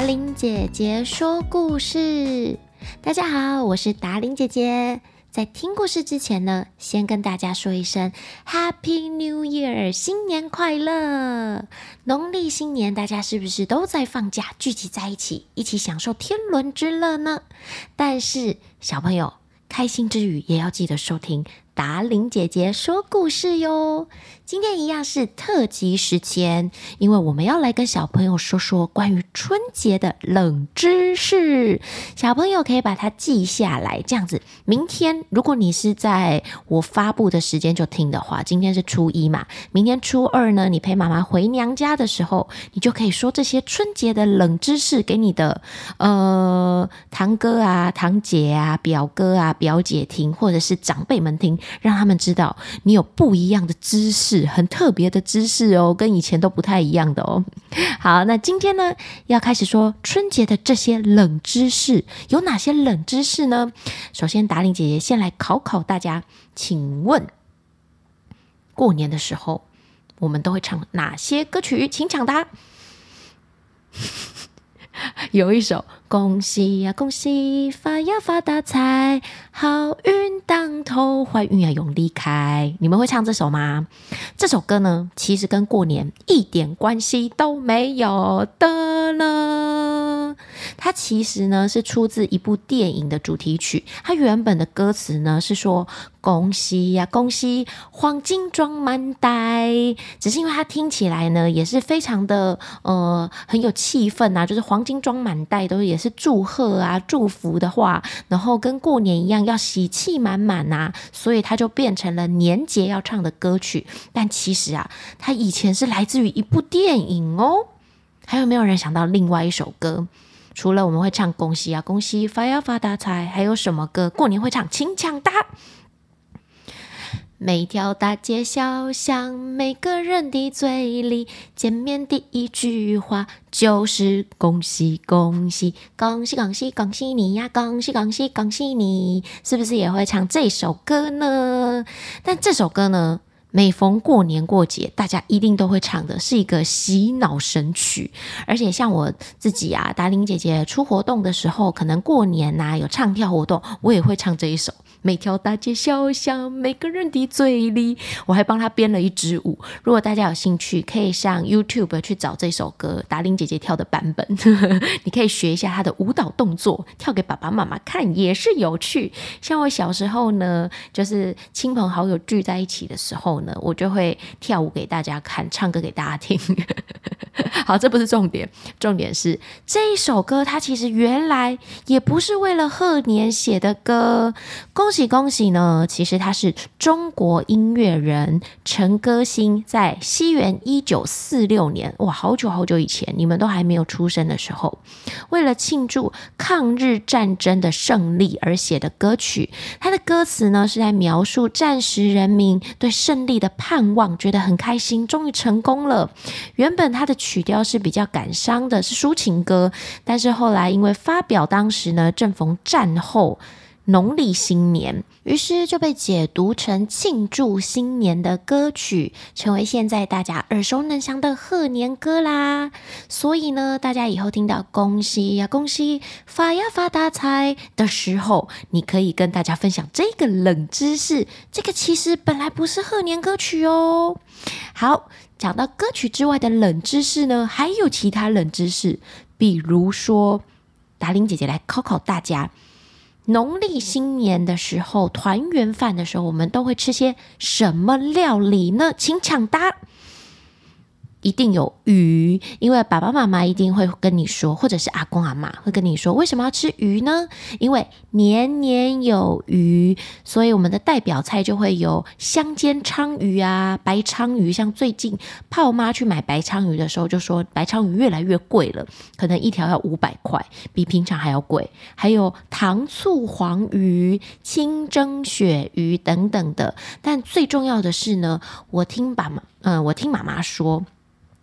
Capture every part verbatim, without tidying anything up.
玲姐姐说故事。大家好，我是达玲姐姐。在听故事之前呢，先跟大家说一声 Happy New Year， 新年快乐！农历新年，大家是不是都在放假，聚集在一起，一起享受天伦之乐呢？但是小朋友，开心之余也要记得收听达玲姐姐说故事哟。今天一样是特辑时间，因为我们要来跟小朋友说说关于春节的冷知识。小朋友可以把它记下来，这样子明天如果你是在我发布的时间就听的话，今天是初一嘛，明天初二呢，你陪妈妈回娘家的时候，你就可以说这些春节的冷知识给你的呃堂哥啊、堂姐啊、表哥啊、表姐听，或者是长辈们听，让他们知道你有不一样的知识，很特别的知识哦，跟以前都不太一样的哦。好，那今天呢，要开始说春节的这些冷知识，有哪些冷知识呢？首先，达玲姐姐先来考考大家，请问过年的时候，我们都会唱哪些歌曲？请抢答。有一首恭喜呀恭喜，发呀发大财，好运当头，坏运呀永离开。你们会唱这首吗？这首歌呢，其实跟过年一点关系都没有的呢。它其实呢是出自一部电影的主题曲，它原本的歌词呢是说恭喜呀恭喜，黄金装满袋，只是因为它听起来呢也是非常的呃很有气氛啊，就是黄金装满袋都也是祝贺啊祝福的话，然后跟过年一样要喜气满满啊，所以它就变成了年节要唱的歌曲。但其实啊，它以前是来自于一部电影哦。还有没有人想到另外一首歌？除了我们会唱恭喜啊恭喜，发呀发大财，还有什么歌过年会唱？请抢答。每条大街小巷，每个人的嘴里，见面第一句话就是恭喜恭喜，恭喜恭喜恭喜你呀，恭喜恭喜恭喜你，是不是也会唱这首歌呢？但这首歌呢，每逢过年过节，大家一定都会唱的，是一个洗脑神曲。而且像我自己啊，达玲姐姐出活动的时候，可能过年啊有唱跳活动，我也会唱这一首。每条大街小巷，每个人的嘴里，我还帮他编了一支舞。如果大家有兴趣，可以上 YouTube 去找这首歌，达玲姐姐跳的版本，你可以学一下她的舞蹈动作，跳给爸爸妈妈看也是有趣。像我小时候呢，就是亲朋好友聚在一起的时候呢，我就会跳舞给大家看，唱歌给大家听。好，这不是重点，重点是这一首歌它其实原来也不是为了贺年写的歌。恭喜恭喜呢，其实他是中国音乐人陈歌辛在西元一九四六年，哇，好久好久以前，你们都还没有出生的时候，为了庆祝抗日战争的胜利而写的歌曲。他的歌词呢是在描述战时人民对胜利的盼望，觉得很开心，终于成功了。原本他的曲调是比较感伤的，是抒情歌，但是后来因为发表当时呢正逢战后农历新年，于是就被解读成庆祝新年的歌曲，成为现在大家耳熟能详的贺年歌啦。所以呢，大家以后听到恭喜呀恭喜，发呀发大财的时候，你可以跟大家分享这个冷知识，这个其实本来不是贺年歌曲哦。好，讲到歌曲之外的冷知识呢，还有其他冷知识，比如说达玲姐姐来考考大家，农历新年的时候，团圆饭的时候，我们都会吃些什么料理呢？请抢答。一定有鱼，因为爸爸妈妈一定会跟你说，或者是阿公阿嬷会跟你说，为什么要吃鱼呢？因为年年有余，所以我们的代表菜就会有香煎鲳鱼啊、白鲳鱼。像最近泡妈去买白鲳鱼的时候，就说白鲳鱼越来越贵了，可能一条要五百块，比平常还要贵。还有糖醋黄鱼、清蒸鳕鱼等等的。但最重要的是呢，我听爸妈，嗯、呃，我听妈妈说，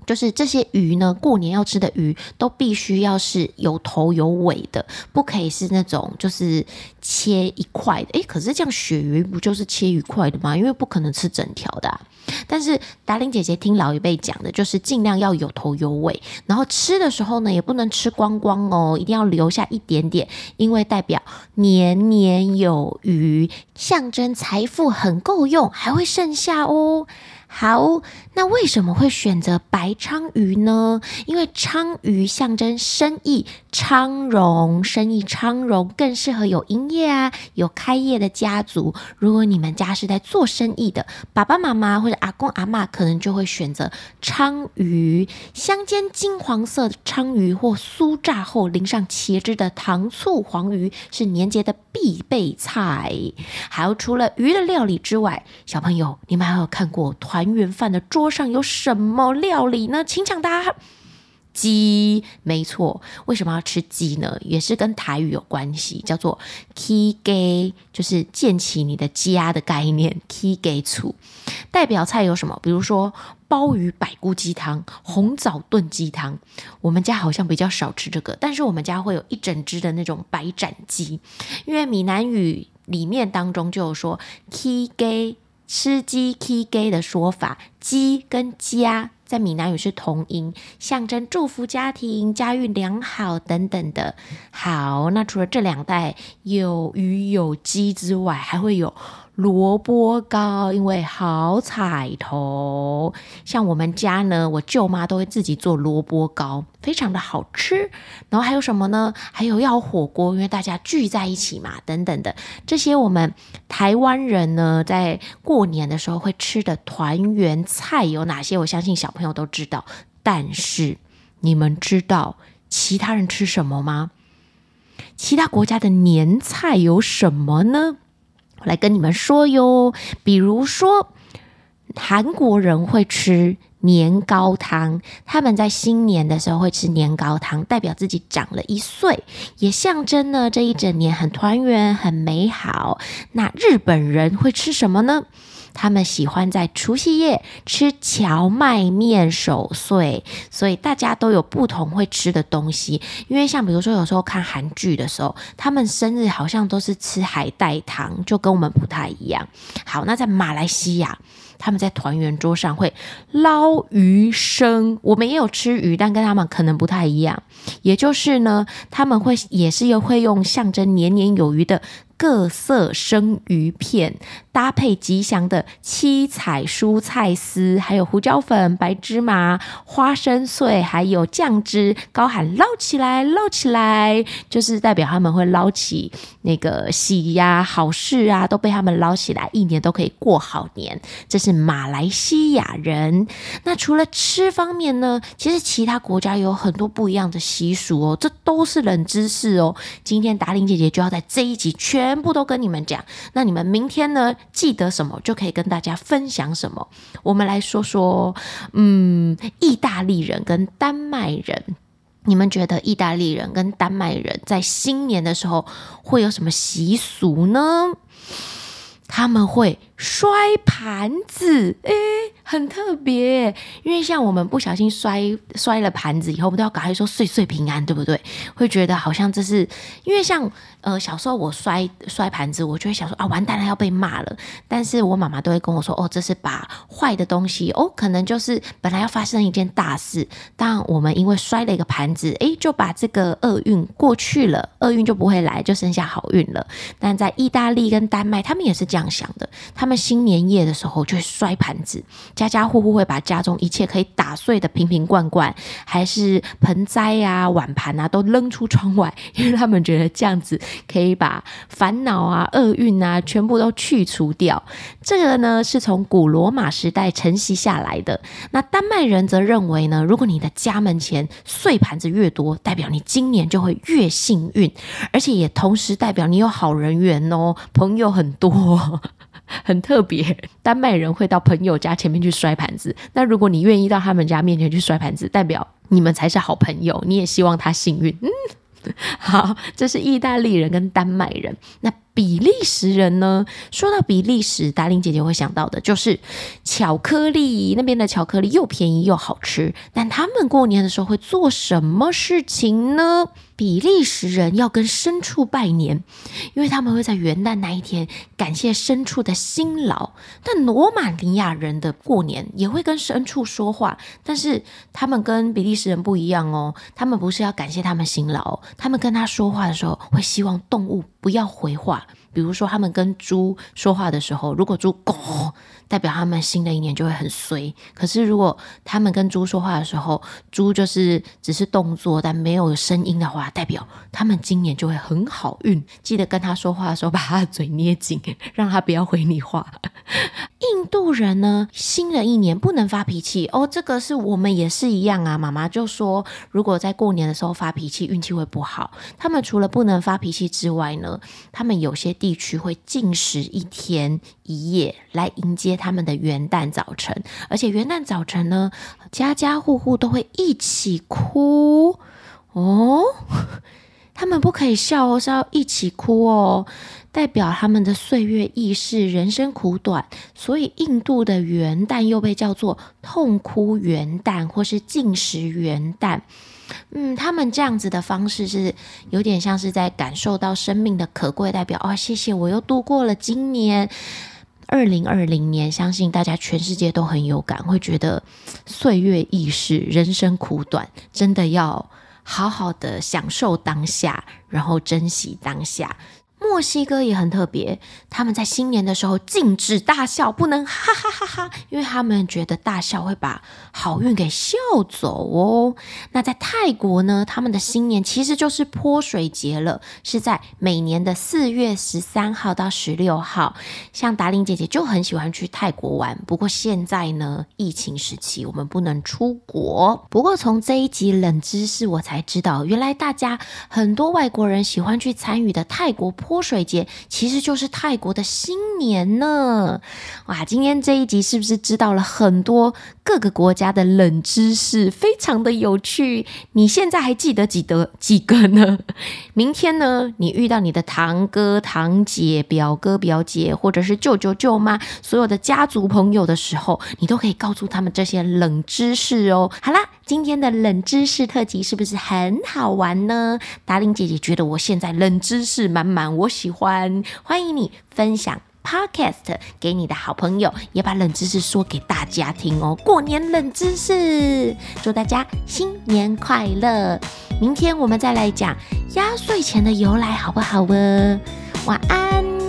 就是这些鱼呢，过年要吃的鱼都必须要是有头有尾的，不可以是那种就是切一块的。诶，可是这样鳕鱼不就是切一块的吗？因为不可能吃整条的啊。但是达伶姐姐听老一辈讲的，就是尽量要有头有尾，然后吃的时候呢，也不能吃光光哦，一定要留下一点点，因为代表年年有余，象征财富很够用，还会剩下哦。好，那为什么会选择白鲳鱼呢？因为鲳鱼象征生意昌荣，生意昌荣更适合有营业啊、有开业的家族。如果你们家是在做生意的，爸爸妈妈或者阿公阿嬷可能就会选择鲳鱼。香煎金黄色的鲳鱼或酥炸后淋上茄汁的糖醋黄鱼是年节的必备菜。还有除了鱼的料理之外，小朋友你们还有看过团团圆饭的桌上有什么料理呢？请抢答。鸡，没错。为什么要吃鸡呢？也是跟台语有关系，叫做起家，就是建起你的家的概念。起家厝代表菜有什么？比如说鲍鱼百菇鸡汤、红枣炖鸡汤。我们家好像比较少吃这个，但是我们家会有一整只的那种白斩鸡，因为闽南语里面当中就有说起家。吃鸡 起家的说法，鸡跟家在闽南语是同音，象征祝福家庭、家运良好等等的。好，那除了这两代有鱼有鸡之外，还会有萝卜糕，因为好彩头。像我们家呢，我舅妈都会自己做萝卜糕，非常的好吃。然后还有什么呢？还有要火锅，因为大家聚在一起嘛，等等的。这些我们台湾人呢，在过年的时候会吃的团圆菜有哪些？我相信小朋友都知道。但是你们知道其他人吃什么吗？其他国家的年菜有什么呢？我来跟你们说哟，比如说韩国人会吃年糕汤，他们在新年的时候会吃年糕汤，代表自己长了一岁，也象征呢这一整年很团圆很美好。那日本人会吃什么呢？他们喜欢在除夕夜吃荞麦面守岁，所以大家都有不同会吃的东西。因为像比如说有时候看韩剧的时候，他们生日好像都是吃海带汤，就跟我们不太一样。好，那在马来西亚，他们在团圆桌上会捞鱼生，我们也有吃鱼，但跟他们可能不太一样。也就是呢，他们会也是又会用象征年年有余的各色生鱼片，搭配吉祥的七彩蔬菜丝，还有胡椒粉、白芝麻、花生碎，还有酱汁，高喊捞起来捞起来，就是代表他们会捞起那个喜呀、好事啊，都被他们捞起来，一年都可以过好年。这是马来西亚人。那除了吃方面呢，其实其他国家有很多不一样的习俗哦，这都是冷知识哦。今天达伶姐姐就要在这一集全部都跟你们讲，那你们明天呢记得什么就可以跟大家分享什么。我们来说说嗯，意大利人跟丹麦人，你们觉得意大利人跟丹麦人在新年的时候会有什么习俗呢？他们会摔盘子，诶，很特别。因为像我们不小心摔摔了盘子以后，我们都要赶快说岁岁平安，对不对？会觉得好像这是因为像呃小时候我摔摔盘子，我就会想说啊，完蛋了，要被骂了。但是我妈妈都会跟我说，哦，这是把坏的东西，哦，可能就是本来要发生一件大事，但我们因为摔了一个盘子，诶，就把这个厄运过去了，厄运就不会来，就剩下好运了。但在意大利跟丹麦，他们也是这样想的，他们新年夜的时候就会摔盘子，家家户户会把家中一切可以打碎的瓶瓶罐罐，还是盆栽啊、碗盘啊，都扔出窗外，因为他们觉得这样子可以把烦恼啊、厄运啊全部都去除掉。这个呢是从古罗马时代承袭下来的。那丹麦人则认为呢，如果你的家门前碎盘子越多，代表你今年就会越幸运，而且也同时代表你有好人缘哦，朋友很多。很特别，丹麦人会到朋友家前面去摔盘子，那如果你愿意到他们家面前去摔盘子，代表你们才是好朋友，你也希望他幸运。嗯，好，这是意大利人跟丹麦人。那比利时人呢？说到比利时，达伶姐姐会想到的就是巧克力，那边的巧克力又便宜又好吃。但他们过年的时候会做什么事情呢？比利时人要跟牲畜拜年，因为他们会在元旦那一天感谢牲畜的辛劳。但罗马尼亚人的过年也会跟牲畜说话，但是他们跟比利时人不一样哦，他们不是要感谢他们辛劳，他们跟他说话的时候会希望动物不要回话。比如说他们跟猪说话的时候，如果猪咕，代表他们新的一年就会很衰。可是如果他们跟猪说话的时候，猪就是只是动作但没有声音的话，代表他们今年就会很好运。记得跟他说话的时候把他的嘴捏紧，让他不要回你话。印度人呢，新的一年不能发脾气哦，这个是我们也是一样啊。妈妈就说如果在过年的时候发脾气，运气会不好。他们除了不能发脾气之外呢，他们有些地区会禁食一天一夜来迎接他们的元旦早晨。而且元旦早晨呢，家家户户都会一起哭哦。他们不可以笑哦，是要一起哭哦，代表他们的岁月易逝，人生苦短。所以印度的元旦又被叫做痛哭元旦或是禁食元旦。嗯，他们这样子的方式是有点像是在感受到生命的可贵，代表哦，谢谢我又度过了今年二零二零年。相信大家全世界都很有感，会觉得岁月易逝，人生苦短，真的要好好的享受当下，然后珍惜当下。墨西哥也很特别，他们在新年的时候禁止大笑，不能哈哈哈哈，因为他们觉得大笑会把好运给笑走哦。那在泰国呢，他们的新年其实就是泼水节了，是在每年的四月十三号到十六号。像达伶姐姐就很喜欢去泰国玩，不过现在呢，疫情时期我们不能出国。不过从这一集冷知识我才知道，原来大家很多外国人喜欢去参与的泰国泼水节其实就是泰国的新年呢。哇，今天这一集是不是知道了很多各个国家的冷知识，非常的有趣。你现在还记得几得几个呢？明天呢，你遇到你的堂哥堂姐表哥表姐或者是舅舅舅妈所有的家族朋友的时候，你都可以告诉他们这些冷知识哦。好啦，今天的冷知识特辑是不是很好玩呢？达伶姐姐觉得我现在冷知识满满，我喜欢。欢迎你分享Podcast 给你的好朋友，也把冷知识说给大家听哦。过年冷知识，祝大家新年快乐！明天我们再来讲压岁钱的由来，好不好哦？晚安。